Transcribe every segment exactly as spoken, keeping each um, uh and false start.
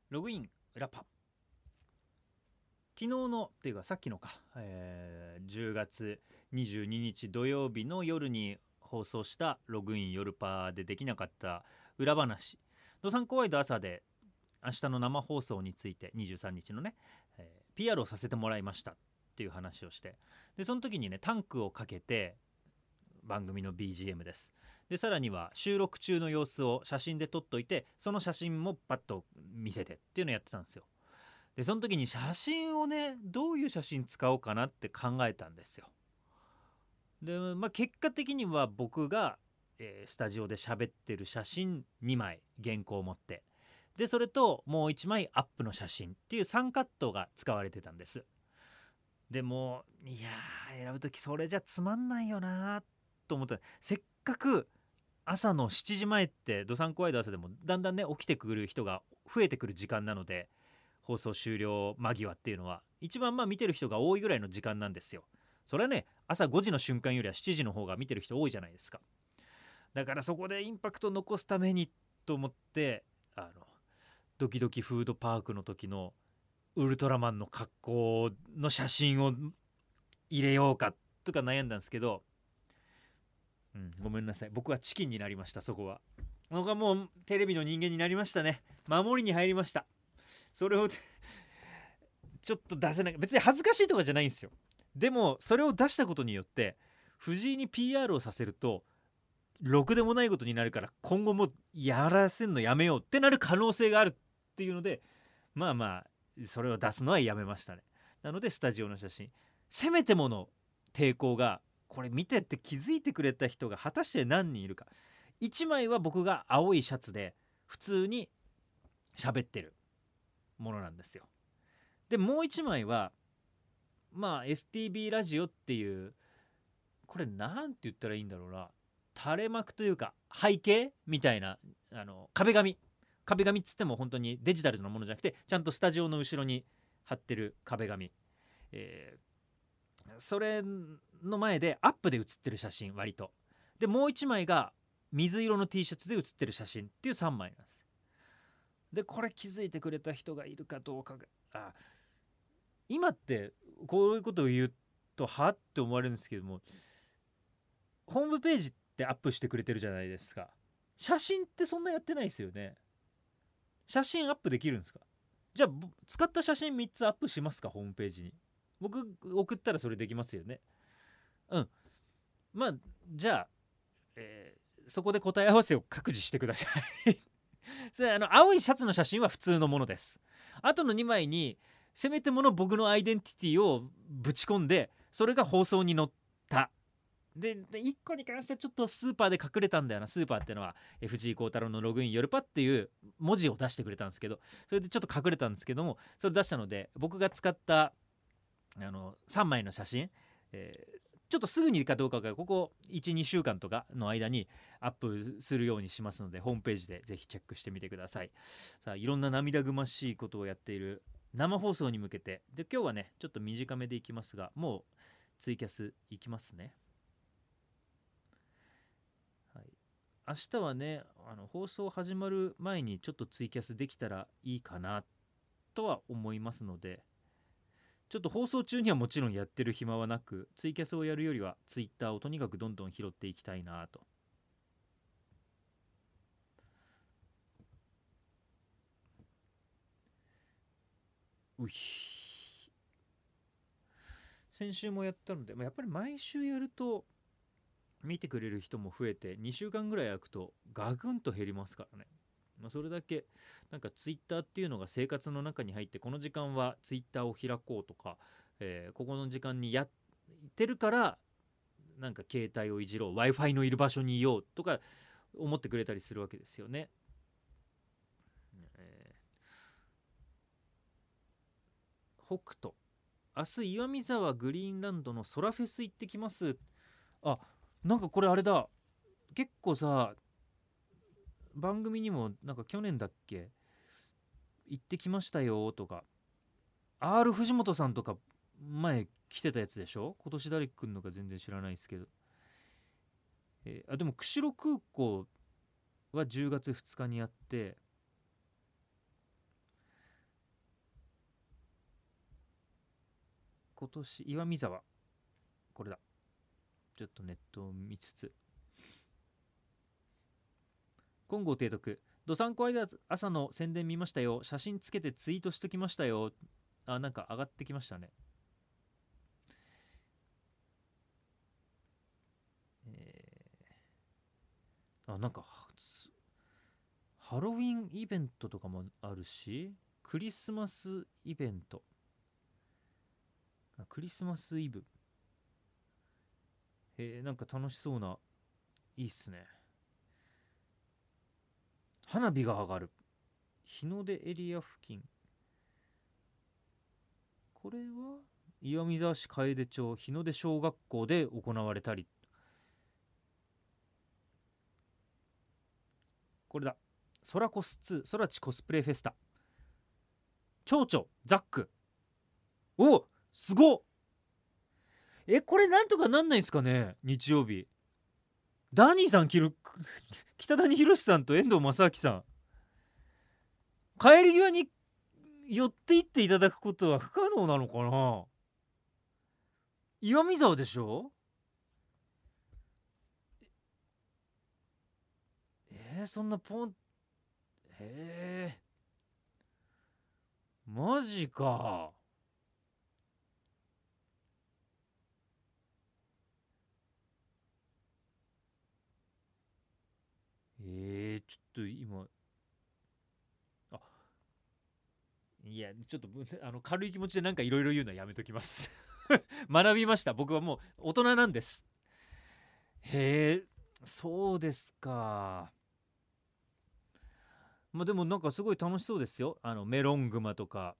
ログイン裏パ。昨日のっていうかさっきのか、えーじゅうがつにじゅうににち土曜日の夜に放送したログイン夜パでできなかった裏話、ドサンコワイド朝で明日の生放送についてにじゅうさんにちのね、えー ピーアール をさせてもらいましたっていう話をして、でその時にねタンクをかけて番組の ビージーエム です。でさらには収録中の様子を写真で撮っといて、その写真もパッと見せてっていうのをやってたんですよ。でその時に写真をねどういう写真使おうかなって考えたんですよ。で、まあ、結果的には僕が、えースタジオで喋ってる写真にまい原稿を持って、でそれともういちまいアップの写真っていうさんカットが使われてたんです。でもいやー選ぶ時それじゃつまんないよなと思った。せっかく朝のしちじまえってドサンコワイド朝でもだんだんね起きてくる人が増えてくる時間なので、放送終了間際っていうのは一番まあ見てる人が多いぐらいの時間なんですよ。それはね朝ごじの瞬間よりはしちじの方が見てる人多いじゃないですか。だからそこでインパクト残すためにと思って、あのドキドキフードパークの時のウルトラマンの格好の写真を入れようかとか悩んだんですけど、うん、ごめんなさい、僕はチキンになりました。そこは僕はもうテレビの人間になりましたね。守りに入りました。それをちょっと出せない、別に恥ずかしいとかじゃないんですよ。でもそれを出したことによって藤井に ピーアール をさせるとろくでもないことになるから、今後もやらせんのやめようってなる可能性があるっていうので、まあまあそれを出すのはやめましたね。なのでスタジオの写真、せめてもの抵抗が、これ見てって気づいてくれた人が果たして何人いるか。いちまいは僕が青いシャツで普通に喋ってるものなんですよ。でもういちまいはまあ エスティービー ラジオっていう、これなんて言ったらいいんだろうな、垂れ幕というか背景みたいな、あの壁紙壁紙っつっても本当にデジタルのものじゃなくて、ちゃんとスタジオの後ろに貼ってる壁紙、えーそれの前でアップで写ってる写真割と、でもういちまいが水色の T シャツで写ってる写真っていうさんまいなんです。でこれ気づいてくれた人がいるかどうかが、あ今ってこういうことを言うとはって思われるんですけども、ホームページってアップしてくれてるじゃないですか。写真ってそんなやってないですよね。写真アップできるんですか？じゃあ使った写真みっつアップしますか、ホームページに。僕送ったらそれできますよね。うん。まあじゃあ、えーそこで答え合わせを各自してくださいそれあの青いシャツの写真は普通のものです。あとのにまいにせめてもの僕のアイデンティティをぶち込んで、それが放送に載ったででいっこに関してはちょっとスーパーで隠れたんだよな。スーパーってのは エフジー 幸太郎のログインよるパっていう文字を出してくれたんですけど、それでちょっと隠れたんですけども、それ出したので僕が使ったあのさんまいの写真、えーちょっとすぐにかどうかがここいちにしゅうかんとかの間にアップするようにしますので、ホームページでぜひチェックしてみてください。さあいろんな涙ぐましいことをやっている生放送に向けて、で今日はねちょっと短めでいきますが、もうツイキャスいきますね。はい、明日はねあの放送始まる前にちょっとツイキャスできたらいいかなとは思いますので、ちょっと放送中にはもちろんやってる暇はなく、ツイキャスをやるよりはツイッターをとにかくどんどん拾っていきたいなと。うひ先週もやったので、まあ、やっぱり毎週やると見てくれる人も増えて、にしゅうかんぐらい空くとガクンと減りますからね。まあ、それだけなんかツイッターっていうのが生活の中に入って、この時間はツイッターを開こうとか、えーここの時間にやってるからなんか携帯をいじろう、 w i f i のいる場所にいようとか思ってくれたりするわけですよね。えー北斗、明日岩見沢グリーンランドのソラフェス行ってきます。あ、なんかこれあれだ、結構さ番組にもなんか去年だっけ行ってきましたよとか、 R 藤本さんとか前来てたやつでしょ。今年誰来んのか全然知らないですけど、えーあでも釧路空港はじゅうがつふつかにあって、 今年岩見沢、これだ。ちょっとネットを見つつ、金剛提督、どさんこ朝の宣伝見ましたよ。写真つけてツイートしときましたよ。あ、なんか上がってきましたね。えー、あ、なんかハロウィンイベントとかもあるし、クリスマスイベント、クリスマスイブ、えー、なんか楽しそうな、いいっすね。花火が上がる、日の出エリア付近、これは岩見沢市楓町日の出小学校で行われたり、これだ、ソラコスツー空知コスプレフェスタ、蝶々ザック、お、すごっ。え、これなんとかなんないんすかね。日曜日ダニーさん着る北谷宏さんと遠藤正明さん、帰り際に寄って行っていただくことは不可能なのかな。岩見沢でしょ。えー、そんなポン、へえ、マジか。えー、ちょっと今、あ、いやちょっとあの軽い気持ちでなんかいろいろ言うのはやめときます学びました。僕はもう大人なんです。へえ、そうですか。まあでもなんかすごい楽しそうですよ。あのメロングマとか、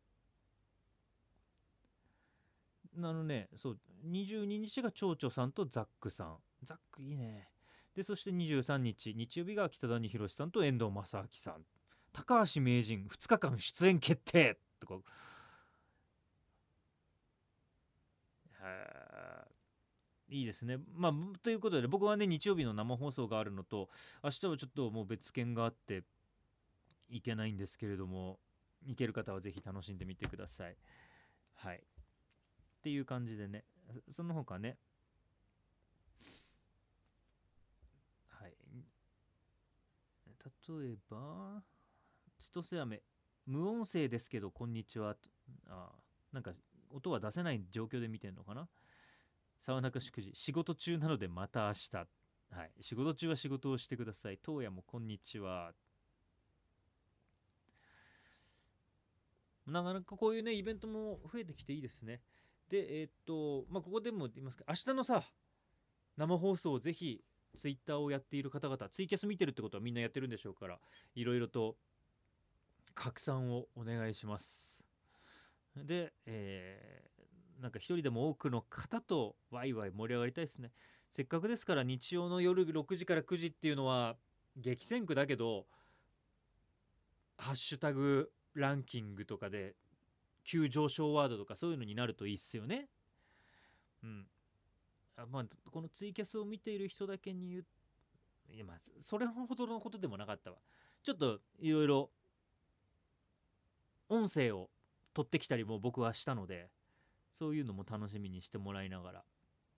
あのね、そうにじゅうににちが蝶々さんとザックさん、ザックいいね。でそしてにじゅうさんにち日曜日が北谷宏さんと遠藤正明さん、高橋名人ふつかかん出演決定とか、いいですね。まあということで僕はね日曜日の生放送があるのと、明日はちょっともう別件があって行けないんですけれども、行ける方はぜひ楽しんでみてください。はい、っていう感じでね、その他ね、はい、例えば千歳飴、無音声ですけどこんにちは、あ、なんか音は出せない状況で見てんのかな。沢中祝辞、仕事中なのでまた明日、はい、仕事中は仕事をしてください。東野もこんにちは。なかなかこういうねイベントも増えてきていいですね。でえーっとまあここでも言いますけど、明日のさ生放送をぜひツイッターをやっている方々、ツイキャス見てるってことはみんなやってるんでしょうから、いろいろと拡散をお願いします。で、えー、なんか一人でも多くの方とワイワイ盛り上がりたいですね。せっかくですから日曜の夜ろくじからくじっていうのは激戦区だけど、ハッシュタグランキングとかで急上昇ワードとかそういうのになるといいっすよね。うん。あ、まあこのツイキャスを見ている人だけに言う、いやまあそれほどのことでもなかったわ。ちょっといろいろ音声を取ってきたりも僕はしたので、そういうのも楽しみにしてもらいながら、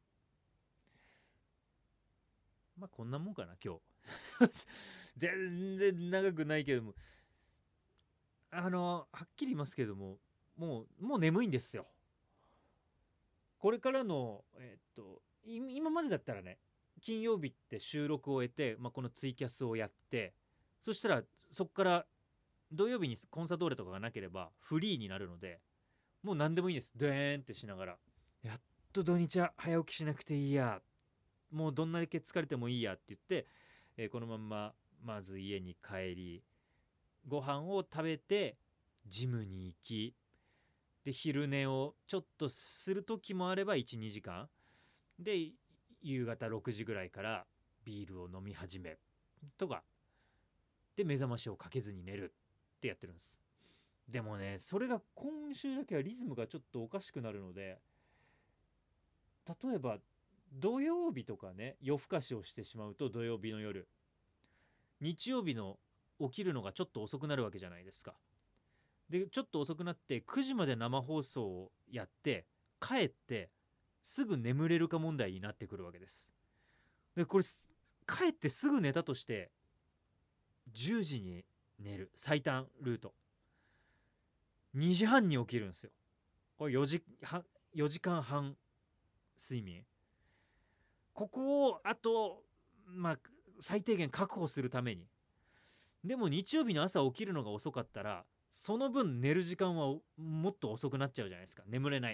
まあこんなもんかな今日全然長くないけども、あのはっきり言いますけども、もうもう眠いんですよ。これからのえっと今までだったらね、金曜日って収録を終えて、まあ、このツイキャスをやって、そしたらそっから土曜日にコンサドーレとかがなければフリーになるので、もう何でもいいです。ドーンってしながら、やっと土日は早起きしなくていいや、もうどんなだけ疲れてもいいやって言って、えーこのまんままず家に帰り、ご飯を食べてジムに行き、で昼寝をちょっとする時もあればいちにじかんで、夕方ろくじぐらいからビールを飲み始めとかで、目覚ましをかけずに寝るってやってるんです。でもね、それが今週だけはリズムがちょっとおかしくなるので、例えば土曜日とかね夜更かしをしてしまうと、土曜日の夜、日曜日の起きるのがちょっと遅くなるわけじゃないですか。でちょっと遅くなってくじまで生放送をやって、 帰ってすぐ眠れるか問題になってくるわけです。でこれ帰ってすぐ寝たとしてじゅうじに寝る最短ルート、にじはんに起きるんですよ。これよじはよじかんはん睡眠。ここをあとまあ最低限確保するために、でも日曜日の朝起きるのが遅かったらその分寝る時間はもっと遅くなっちゃうじゃないですか。眠れない。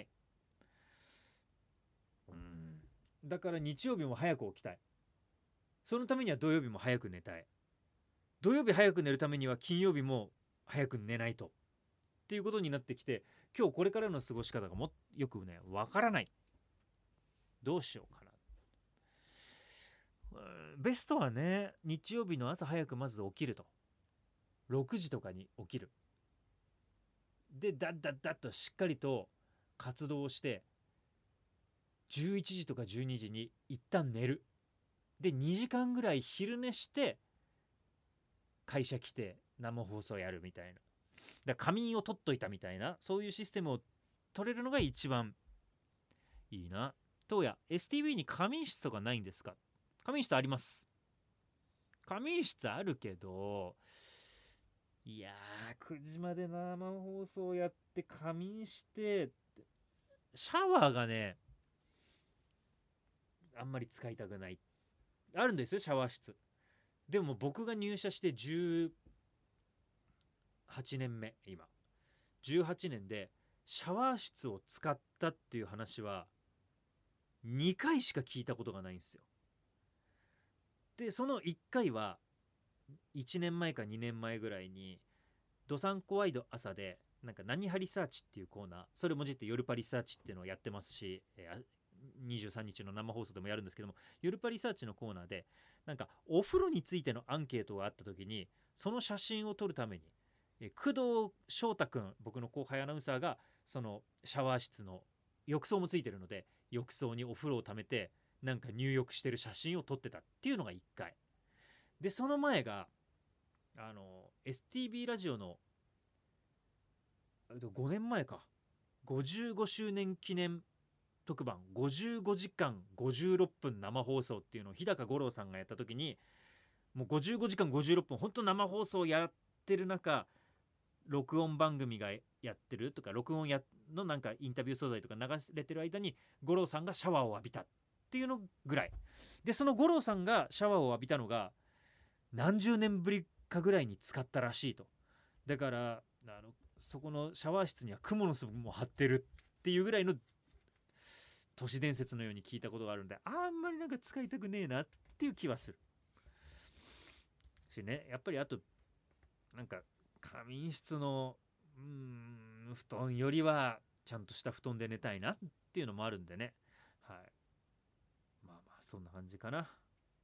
うんだから日曜日も早く起きたい。そのためには土曜日も早く寝たい。土曜日早く寝るためには金曜日も早く寝ないとっていうことになってきて、今日これからの過ごし方がもよくねわからない。どうしようかな。ベストはね、日曜日の朝早くまず起きると、ろくじとかに起きる。でだっだっだっとしっかりと活動をしてじゅういちじとかじゅうにじに一旦寝る。でにじかんぐらい昼寝して会社来て生放送やるみたいな。だから仮眠を取っといたみたいな、そういうシステムを取れるのが一番いいな。どうや エスティーブイ に仮眠室とかないんですか？仮眠室あります。仮眠室あるけど、いやーくじまで生放送やって仮眠してシャワーがねあんまり使いたくない。あるんですよシャワー室。でも僕が入社してじゅうはちねんめ、今じゅうはちねんでシャワー室を使ったっていう話はにかいしか聞いたことがないんですよ。でそのいっかいはいちねんまえかにねんまえぐらいにどさんこワイド朝でなんか何派リサーチっていうコーナー、それもじって夜パリサーチっていうのをやってますし、えーにじゅうさんにちの生放送でもやるんですけども、夜パリサーチのコーナーでなんかお風呂についてのアンケートがあった時に、その写真を撮るために、え工藤翔太くん、僕の後輩アナウンサーがそのシャワー室の浴槽もついてるので浴槽にお風呂をためてなんか入浴してる写真を撮ってたっていうのがいっかいで、その前があの エスティービー ラジオのごねんまえか、ごじゅうごしゅうねん記念特番ごじゅうごじかんごじゅうろっぷん生放送っていうのを日高五郎さんがやった時に、もうごじゅうごじかんごじゅうろっぷん本当生放送やってる中、録音番組がやってるとか録音やのなんかインタビュー素材とか流れてる間に五郎さんがシャワーを浴びたっていうのぐらいで、その五郎さんがシャワーを浴びたのが何十年ぶりかぐらいに使ったらしいと。だからあのそこのシャワー室には蜘蛛の巣も張ってるっていうぐらいの都市伝説のように聞いたことがあるんで、あんまりなんか使いたくねえなっていう気はするしね。やっぱりあとなんか仮眠室のうーん布団よりはちゃんとした布団で寝たいなっていうのもあるんでね。はい、まあまあそんな感じかな。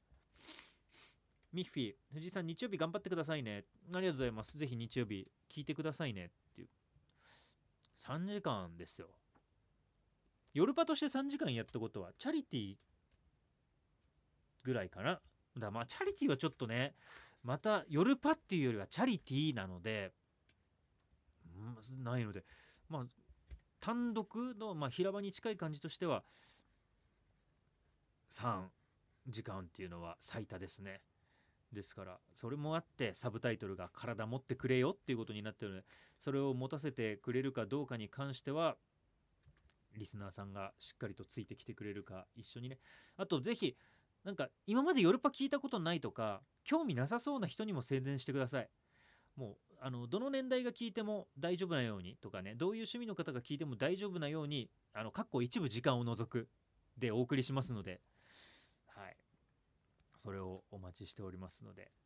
ミッフィー、藤井さん日曜日頑張ってくださいね。ありがとうございます。ぜひ日曜日聞いてくださいねっていう。さんじかんですよ。夜パとしてさんじかんやったことはチャリティーぐらいかな。だまあチャリティーはちょっとね、また夜パっていうよりはチャリティーなので、んないので、まあ単独の、まあ、平場に近い感じとしてはさんじかんっていうのは最多ですね。ですからそれもあってサブタイトルが体持ってくれよっていうことになってるので、それを持たせてくれるかどうかに関してはリスナーさんがしっかりとついてきてくれるか一緒にね。あとぜひなんか今までヨルパ聞いたことないとか興味なさそうな人にも宣伝してください。もうあのどの年代が聞いても大丈夫なようにとかね、どういう趣味の方が聞いても大丈夫なように、あのかっこ一部時間を除くでお送りしますので、はい、それをお待ちしておりますので。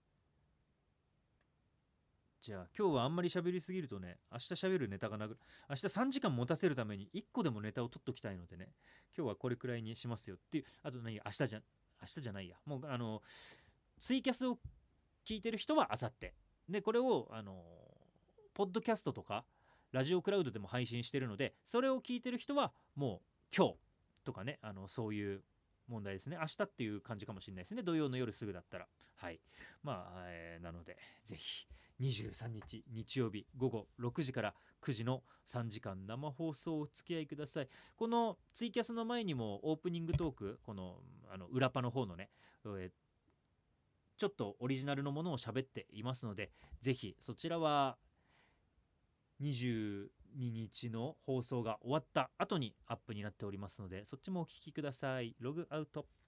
じゃあ今日はあんまり喋りすぎるとね、明日喋るネタがなく、明日さんじかん持たせるためにいっこでもネタを取っときたいのでね、今日はこれくらいにしますよっていう。あと何、明日じゃ明日じゃないや、もうあのツイキャスを聞いてる人はあさってで、これをあのポッドキャストとかラジオクラウドでも配信してるので、それを聞いてる人はもう今日とかね、あのそういう問題ですね。明日っていう感じかもしれないですね。土曜の夜すぐだったら。はい。まあ、えーなので、ぜひ、にじゅうさんにち日曜日午後ろくじからくじのさんじかん生放送お付き合いください。このツイキャスの前にもオープニングトーク、このあの裏パの方のね、えーちょっとオリジナルのものを喋っていますので、ぜひそちらはにじゅうににちの放送が終わった後にアップになっておりますので、そっちもお聞きください。ログアウト。